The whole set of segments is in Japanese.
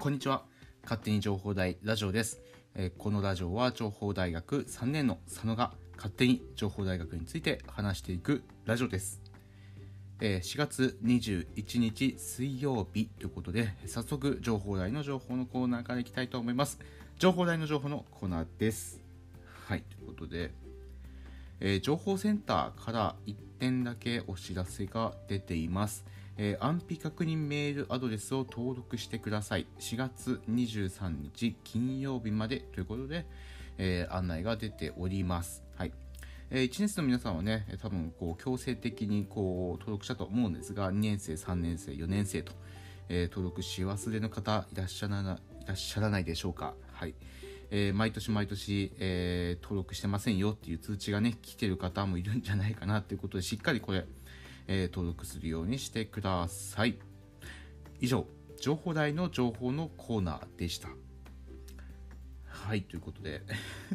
こんにちは。勝手に情報大ラジオです。このラジオは情報大学3年の佐野が勝手に情報大学について話していくラジオです。4月21日水曜日ということで、早速情報大の情報のコーナーからいきたいと思います。情報大の情報のコーナーです。はい、ということで、情報センターから1点だけお知らせが出ています。安否確認メールアドレスを登録してください。4月23日金曜日までということで、案内が出ております。はい。1年生の皆さんはね、多分強制的に登録したと思うんですが、2年生、3年生、4年生と、登録し忘れの方いらっしゃらないでしょうか。はい。毎年、登録してませんよっていう通知がね、来てる方もいるんじゃないかなということで、しっかりこれ、登録するようにしてください。以上、情報大の情報のコーナーでした。はい、ということで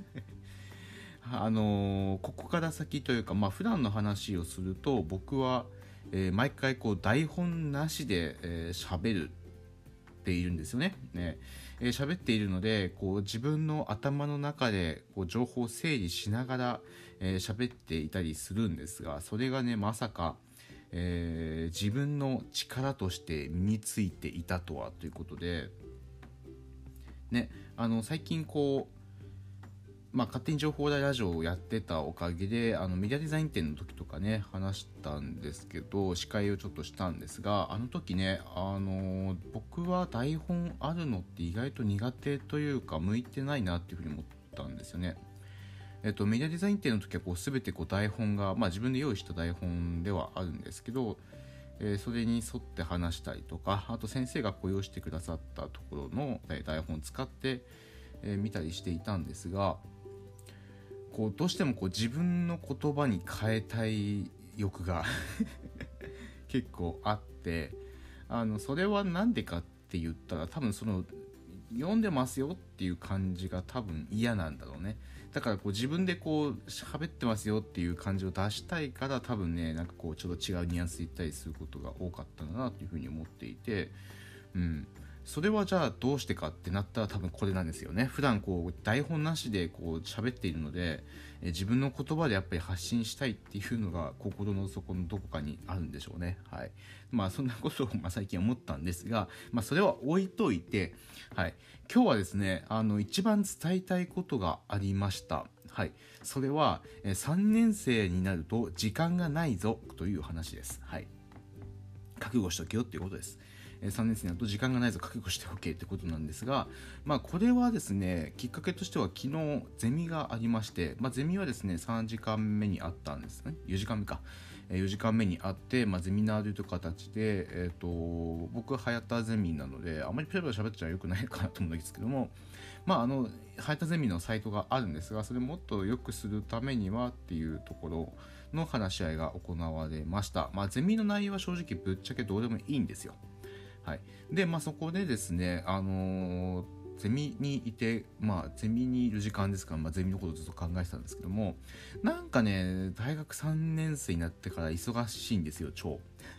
ここから先というか、普段の話をすると、僕は、毎回台本なしで喋っているんですよね。喋っているので、自分の頭の中で情報を整理しながら喋っていたりするんですが、それがね、まさか自分の力として身についていたとはということで、ね、最近勝手に情報大ラジオをやってたおかげで、メディアデザイン展の時とかね、話したんですけど、司会をちょっとしたんですが、あの時ね、僕は台本あるのって意外と苦手というか、向いてないなっていうふうに思ったんですよね。メディアデザイン展の時は全て台本が、自分で用意した台本ではあるんですけど、それに沿って話したりとか、あと先生が用意してくださったところの台本を使って、見たりしていたんですが、どうしても自分の言葉に変えたい欲が結構あって、それはなんでかって言ったら、多分読んでますよっていう感じが多分嫌なんだろうね。だから自分で喋ってますよっていう感じを出したいから、多分ね、ちょっと違うニュアンス言ったりすることが多かったんだなというふうに思っていて、それはじゃあどうしてかってなったら、多分これなんですよね。普段台本なしで喋っているので、自分の言葉でやっぱり発信したいっていうのが心の底のどこかにあるんでしょうね。はい。そんなことを最近思ったんですが、それは置いといて、はい。今日はですね、一番伝えたいことがありました。はい。それは、3年生になると時間がないぞという話です。はい。覚悟しておけよっていうことです。3年生になると時間がないぞ、覚悟しておけってことなんですが、これはですね、きっかけとしては昨日ゼミがありまして、ゼミはですね、3時間目にあったんですね。4時間目か。4時間目にあって、ゼミナールという形で、僕はハヤタゼミなので、あまりペラペラ喋っちゃよくないかなと思うんですけども、ハヤタゼミのサイトがあるんですが、それをもっと良くするためにはっていうところの話し合いが行われました。ゼミの内容は正直ぶっちゃけどうでもいいんですよ。はい。で、そこでですね、ゼミにいて、ゼミにいる時間ですから、ゼミのことをずっと考えてたんですけども、大学3年生になってから忙しいんですよ、超。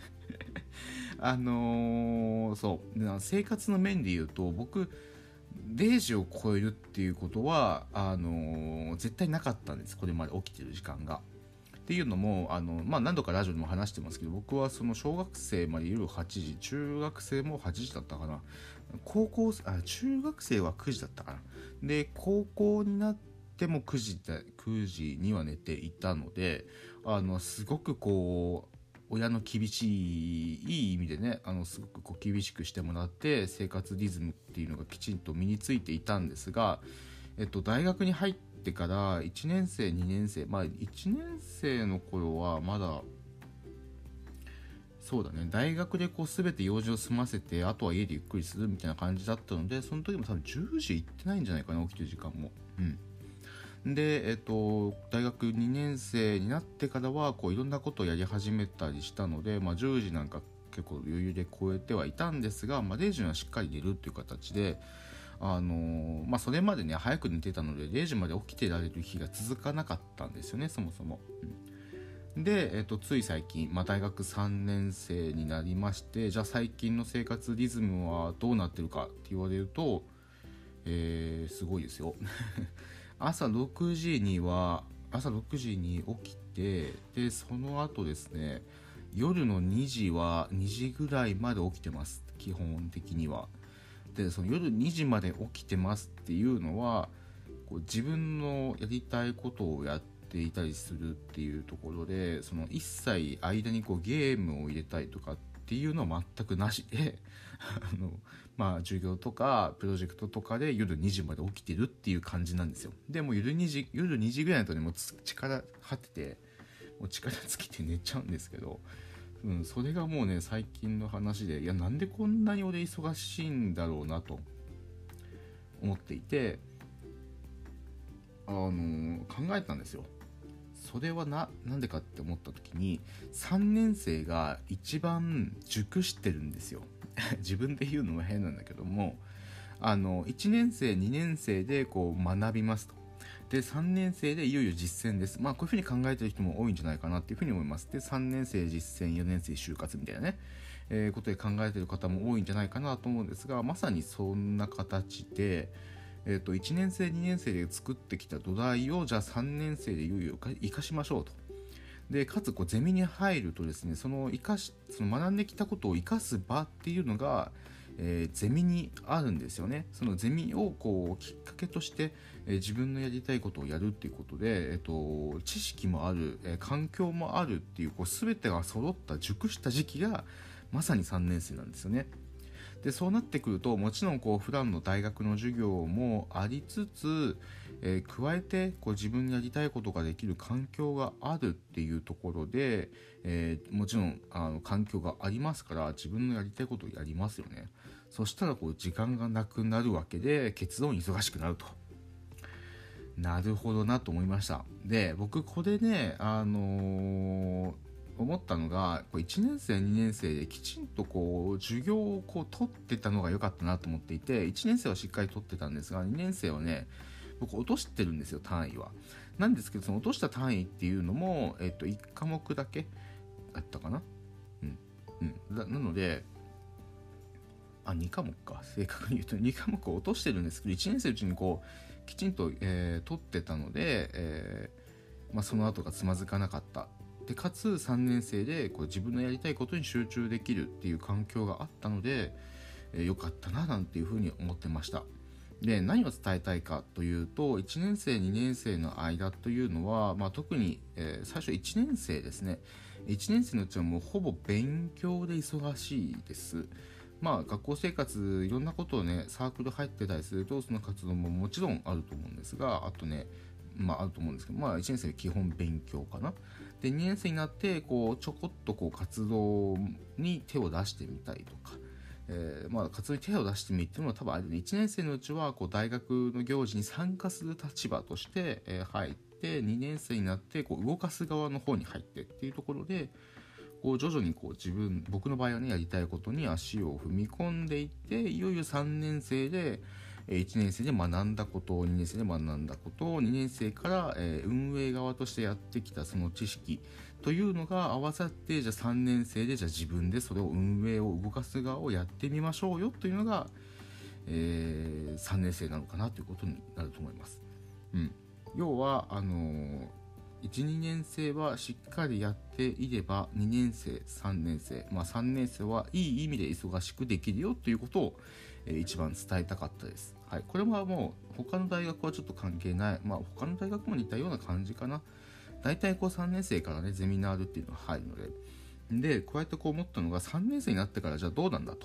そう。生活の面で言うと、僕、0時を超えるっていうことは、絶対なかったんです、これまで起きてる時間が。っていうのも何度かラジオでも話してますけど、僕はその小学生まで夜8時、中学生も8時だったかな、中学生は9時だったかな、で高校になっても9時には寝ていたので、すごく親の厳しい、いい意味でね、すごく厳しくしてもらって生活リズムっていうのがきちんと身についていたんですが、大学に入ってから1年生2年生、1年生の頃はまだそうだね、大学で全て用事を済ませて、あとは家でゆっくりするみたいな感じだったので、その時も多分10時行ってないんじゃないかな、起きてる時間も。で、大学2年生になってからはいろんなことをやり始めたりしたので、10時なんか結構余裕で超えてはいたんですが、0時にはしっかり寝るっていう形で、それまでね、早く寝てたので0時まで起きてられる日が続かなかったんですよね、そもそも。 で、つい最近、大学3年生になりまして、じゃあ最近の生活リズムはどうなってるかって言われると、すごいですよ。朝6時に起きて、でその後ですね、夜の2時ぐらいまで起きてます、基本的には。でその夜2時まで起きてますっていうのは、こう自分のやりたいことをやっていたりするっていうところで、その一切間にこうゲームを入れたりとかっていうのは全くなしで授業とかプロジェクトとかで夜2時まで起きてるっていう感じなんですよ。でも夜2時ぐらいだとね、もう力張ってて、もう力尽きて寝ちゃうんですけど、それがもうね最近の話で、いやなんでこんなに俺忙しいんだろうなと思っていて、考えたんですよ。それはなんでかって思った時に、3年生が一番熟してるんですよ。自分で言うのも変なんだけども、1年生2年生でこう学びますと。で3年生でいよいよ実践です。こういうふうに考えてる人も多いんじゃないかなっていうふうに思います。で3年生実践、4年生就活みたいなね、ことで考えてる方も多いんじゃないかなと思うんですが、まさにそんな形で、1年生2年生で作ってきた土台をじゃあ3年生でいよいよ生かしましょうと。でかつこうゼミに入るとですね、その学んできたことを生かす場っていうのが、ゼミにあるんですよね。そのゼミをこうきっかけとして、自分のやりたいことをやるっていうことで、知識もある、環境もあるっていう、全てが揃った熟した時期がまさに3年生なんですよね。でそうなってくると、もちろん普段の大学の授業もありつつ、加えて自分にやりたいことができる環境があるっていうところで、もちろん環境がありますから、自分のやりたいことをやりますよね。そしたら時間がなくなるわけで、結論忙しくなると。なるほどなと思いました。で僕これね、思ったのが、1年生2年生できちんと授業を取ってたのが良かったなと思っていて、1年生はしっかり取ってたんですが、2年生はね、僕落としてるんですよ、単位は。なんですけど、その落とした単位っていうのも、1科目だけだったかな。なので2科目か、正確に言うと2科目を落としてるんですけど、1年生のうちにきちんと、取ってたので、その後がつまずかなかった。でかつ3年生で自分のやりたいことに集中できるっていう環境があったので、良かったななんていうふうに思ってました。で何を伝えたいかというと、1年生2年生の間というのは、特に、最初1年生ですね。1年生のうちはもうほぼ勉強で忙しいです。学校生活いろんなことをね、サークル入ってたりするとその活動ももちろんあると思うんですが、あとねあると思うんですけど、1年生は基本勉強かな。で2年生になってちょこっと活動に手を出してみたりとか、活動に手を出してみるっていうのは多分あるね。1年生のうちは大学の行事に参加する立場として、入って、2年生になって動かす側の方に入ってっていうところで、徐々に僕の場合はね、やりたいことに足を踏み込んでいって、いよいよ3年生で1年生で学んだことを2年生で学んだことを2年生から、運営側としてやってきたその知識というのが合わさって、じゃあ3年生でじゃあ自分でそれを運営を動かす側をやってみましょうよというのが、3年生なのかなということになると思います。要は1、2年生はしっかりやっていれば、2年生、3年生、3年生はいい意味で忙しくできるよということを、一番伝えたかったです。はい、これはもう他の大学はちょっと関係ない、他の大学も似たような感じかな。大体3年生からね、ゼミナールっていうのが入るので、こうやって思ったのが、3年生になってからじゃあどうなんだと、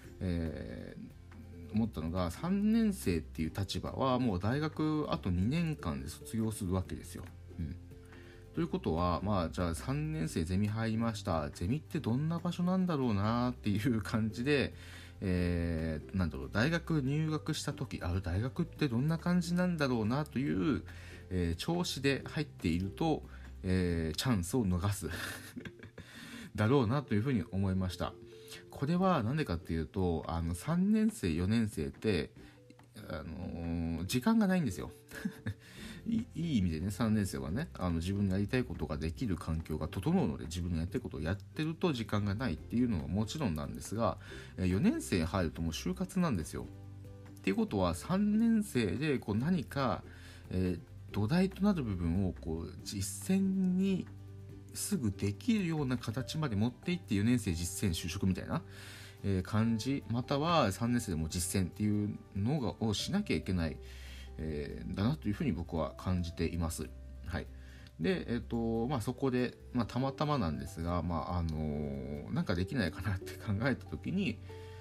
思ったのが、3年生っていう立場はもう大学あと2年間で卒業するわけですよ。ということは、じゃあ3年生ゼミ入りました。ゼミってどんな場所なんだろうなっていう感じで、大学入学した時、大学ってどんな感じなんだろうなという、調子で入っていると、チャンスを逃すだろうなというふうに思いました。これは何でかっていうと、3年生4年生って、時間がないんですよい意味でね、3年生はね、自分のやりたいことができる環境が整うので、自分のやりたいことをやってると時間がないっていうのはもちろんなんですが、4年生に入るともう就活なんですよ。っていうことは3年生でこう何か、土台となる部分をこう実践にすぐできるような形まで持っていって、4年生実践就職みたいな感じ、または3年生でも実践っていうのをしなきゃいけない、だなというふうに僕は感じています。はい。で、そこで、たまたまなんですが、なんかできないかなって考えた時に、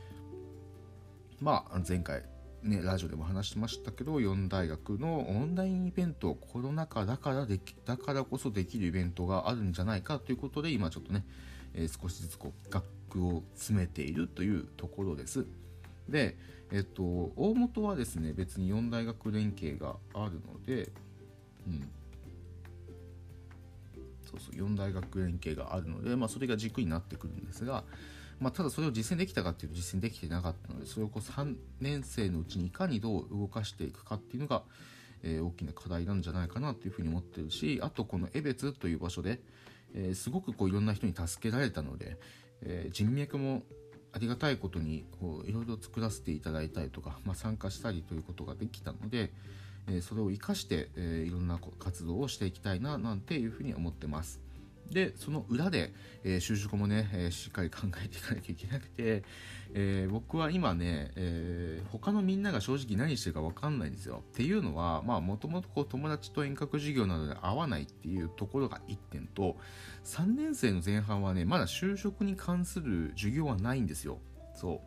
前回ね、ラジオでも話してましたけど、4大学のオンラインイベント、コロナ禍だからこそできるイベントがあるんじゃないかということで、今ちょっとね、少しずつこう学区を詰めているというところです。で、大元はですね、別に4大学連携があるので、4大学連携があるので、それが軸になってくるんですが、ただそれを実践できたかっていうと実践できてなかったので、それをこう3年生のうちにいかにどう動かしていくかっていうのが、大きな課題なんじゃないかなというふうに思ってるし、あとこの江別という場所で、すごくこういろんな人に助けられたので、人脈もありがたいことにいろいろ作らせていただいたりとか、参加したりということができたので、それを生かして、いろんな活動をしていきたいななんていうふうに思ってます。でその裏で、就職もね、しっかり考えていかなきゃいけなくて、僕は今ね、他のみんなが正直何してるか分かんないんですよ。っていうのはもともと友達と遠隔授業などで会わないっていうところが1点と、3年生の前半はねまだ就職に関する授業はないんですよ。そう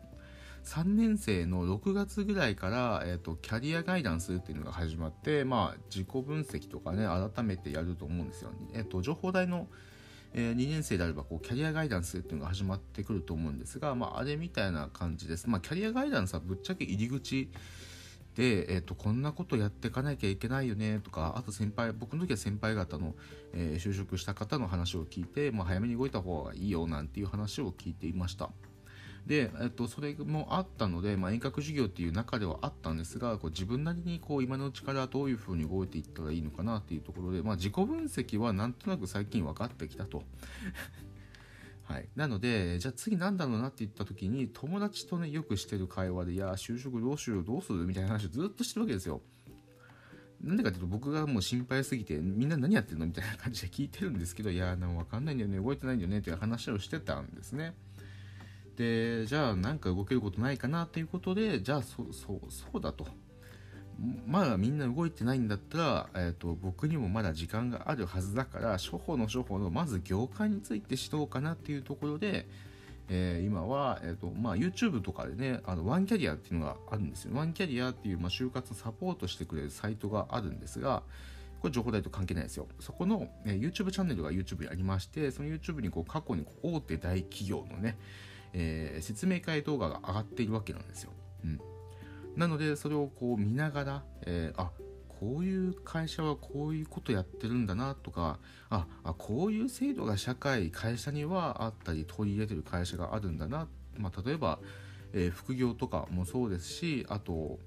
3年生の6月ぐらいから、キャリアガイダンスっていうのが始まって、自己分析とかね改めてやると思うんですよ。情報大の2年生であればこうキャリアガイダンスっていうのが始まってくると思うんですが、あれみたいな感じです。キャリアガイダンスはぶっちゃけ入り口で、こんなことやっていかなきゃいけないよねとか、あと僕の時は先輩方の、就職した方の話を聞いて、早めに動いた方がいいよなんていう話を聞いていました。で、それもあったので、遠隔授業っていう中ではあったんですが、こう自分なりにこう今のうちからどういうふうに動いていったらいいのかなっていうところで、自己分析はなんとなく最近分かってきたと。はい、なのでじゃあ次なんだろうなって言った時に、友達とねよくしてる会話で、いや就職どうしようどうするみたいな話をずっとしてるわけですよ。なんでかっていうと、僕がもう心配すぎてみんな何やってるのみたいな感じで聞いてるんですけど、いや分かんないんだよね、動いてないんだよねっていう話をしてたんですね。でじゃあなんか動けることないかなということで、じゃあそうだと、みんな動いてないんだったら、僕にもまだ時間があるはずだから、初歩のまず業界について知ろうかなっていうところで、今は、YouTube とかでね、ワンキャリアっていうのがあるんですよ。ワンキャリアっていう、就活サポートしてくれるサイトがあるんですが、これ情報代と関係ないですよ。そこの、YouTube チャンネルが YouTube にありまして、その YouTube に過去に大手大企業のね、説明会動画が上がっているわけなんですよ。なのでそれを見ながら、こういう会社はこういうことやってるんだなとか、こういう制度が会社にはあったり取り入れてる会社があるんだな、例えば、副業とかもそうですし、あと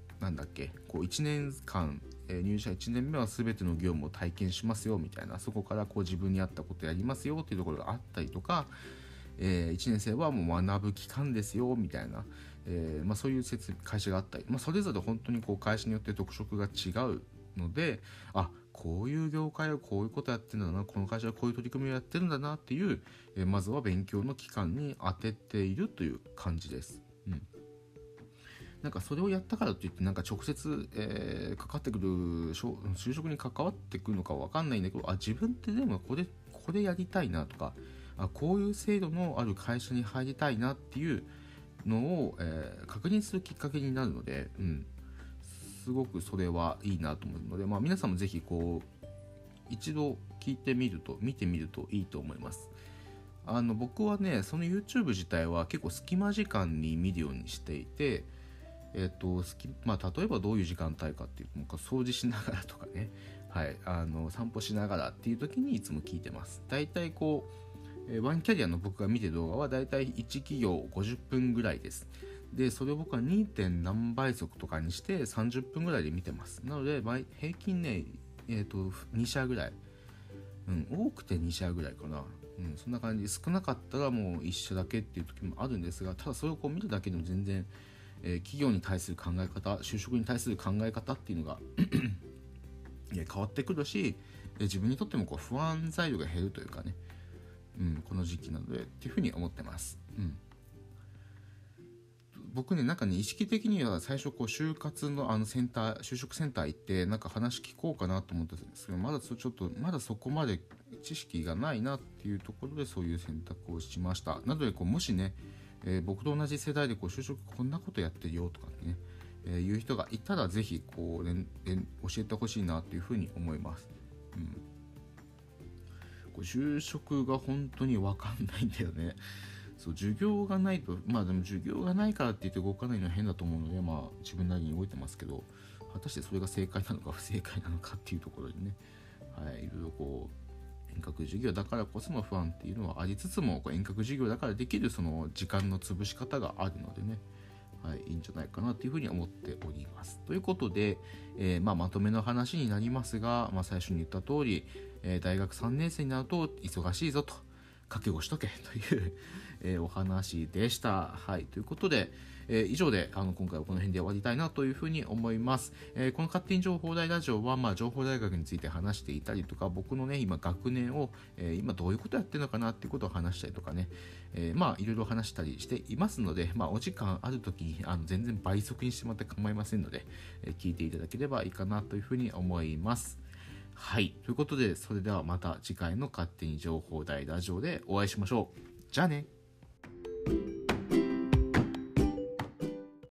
1年間、入社1年目は全ての業務を体験しますよみたいな、そこから自分に合ったことやりますよっていうところがあったりとか、1年生はもう学ぶ期間ですよみたいな、そういう会社があったり、それぞれ本当に会社によって特色が違うので、こういう業界はこういうことやってるんだな、この会社はこういう取り組みをやってるんだなっていう、まずは勉強の期間に当てているという感じです。それをやったからといって直接、かかってくる就職に関わってくるのか分かんないんだけど、自分ってでもこれやりたいなとか、こういう制度のある会社に入りたいなっていうのを、確認するきっかけになるので、すごくそれはいいなと思うので、皆さんもぜひ一度見てみるといいと思います。僕はねその YouTube 自体は結構隙間時間に見るようにしていて、例えばどういう時間帯かっていうと、掃除しながらとかね、散歩しながらっていう時にいつも聞いてます。だいたいワンキャリアの僕が見てる動画はだいたい1企業50分ぐらいです。でそれを僕は 2. 何倍速とかにして30分ぐらいで見てます。なので平均ね 2社ぐらい、多くて2社ぐらいかな、そんな感じ。少なかったらもう1社だけっていう時もあるんですが、ただそれをこう見るだけでも全然、企業に対する考え方、就職に対する考え方っていうのが変わってくるし、自分にとってもこう不安材料が減るというかね、この時期なのでっていうふうに思ってます。僕ね、なんかね、意識的には最初こう就活の就職センター行ってなんか話聞こうかなと思ったんですけど、まだそこまで知識がないなっていうところでそういう選択をしました。なのでこうもしね、僕と同じ世代でこう就職こんなことやってるよとかね、いう人がいたらぜひこう教えてほしいなっていうふうに思います。こう就職が本当に分かんないんだよね。そう授業がないと、でも授業がないからって言って動かないのは変だと思うので、自分なりに動いてますけど、果たしてそれが正解なのか不正解なのかっていうところでね、いろいろこう遠隔授業だからこその不安っていうのはありつつも、こう遠隔授業だからできるその時間の潰し方があるのでね、いいんじゃないかなというふうに思っております。ということで、まとめの話になりますが、最初に言った通り、大学3年生になると忙しいぞと、覚悟しとけという、お話でした。ということで、以上で今回はこの辺で終わりたいなというふうに思います。この勝手に情報大ラジオは、情報大学について話していたりとか、僕のね今学年を、今どういうことやってるのかなっていうことを話したりとかね、いろいろ話したりしていますので、お時間ある時に全然倍速にしてもらって構いませんので、聞いていただければいいかなというふうに思います。ということで、それではまた次回の勝手に情報大ラジオでお会いしましょう。じゃあね。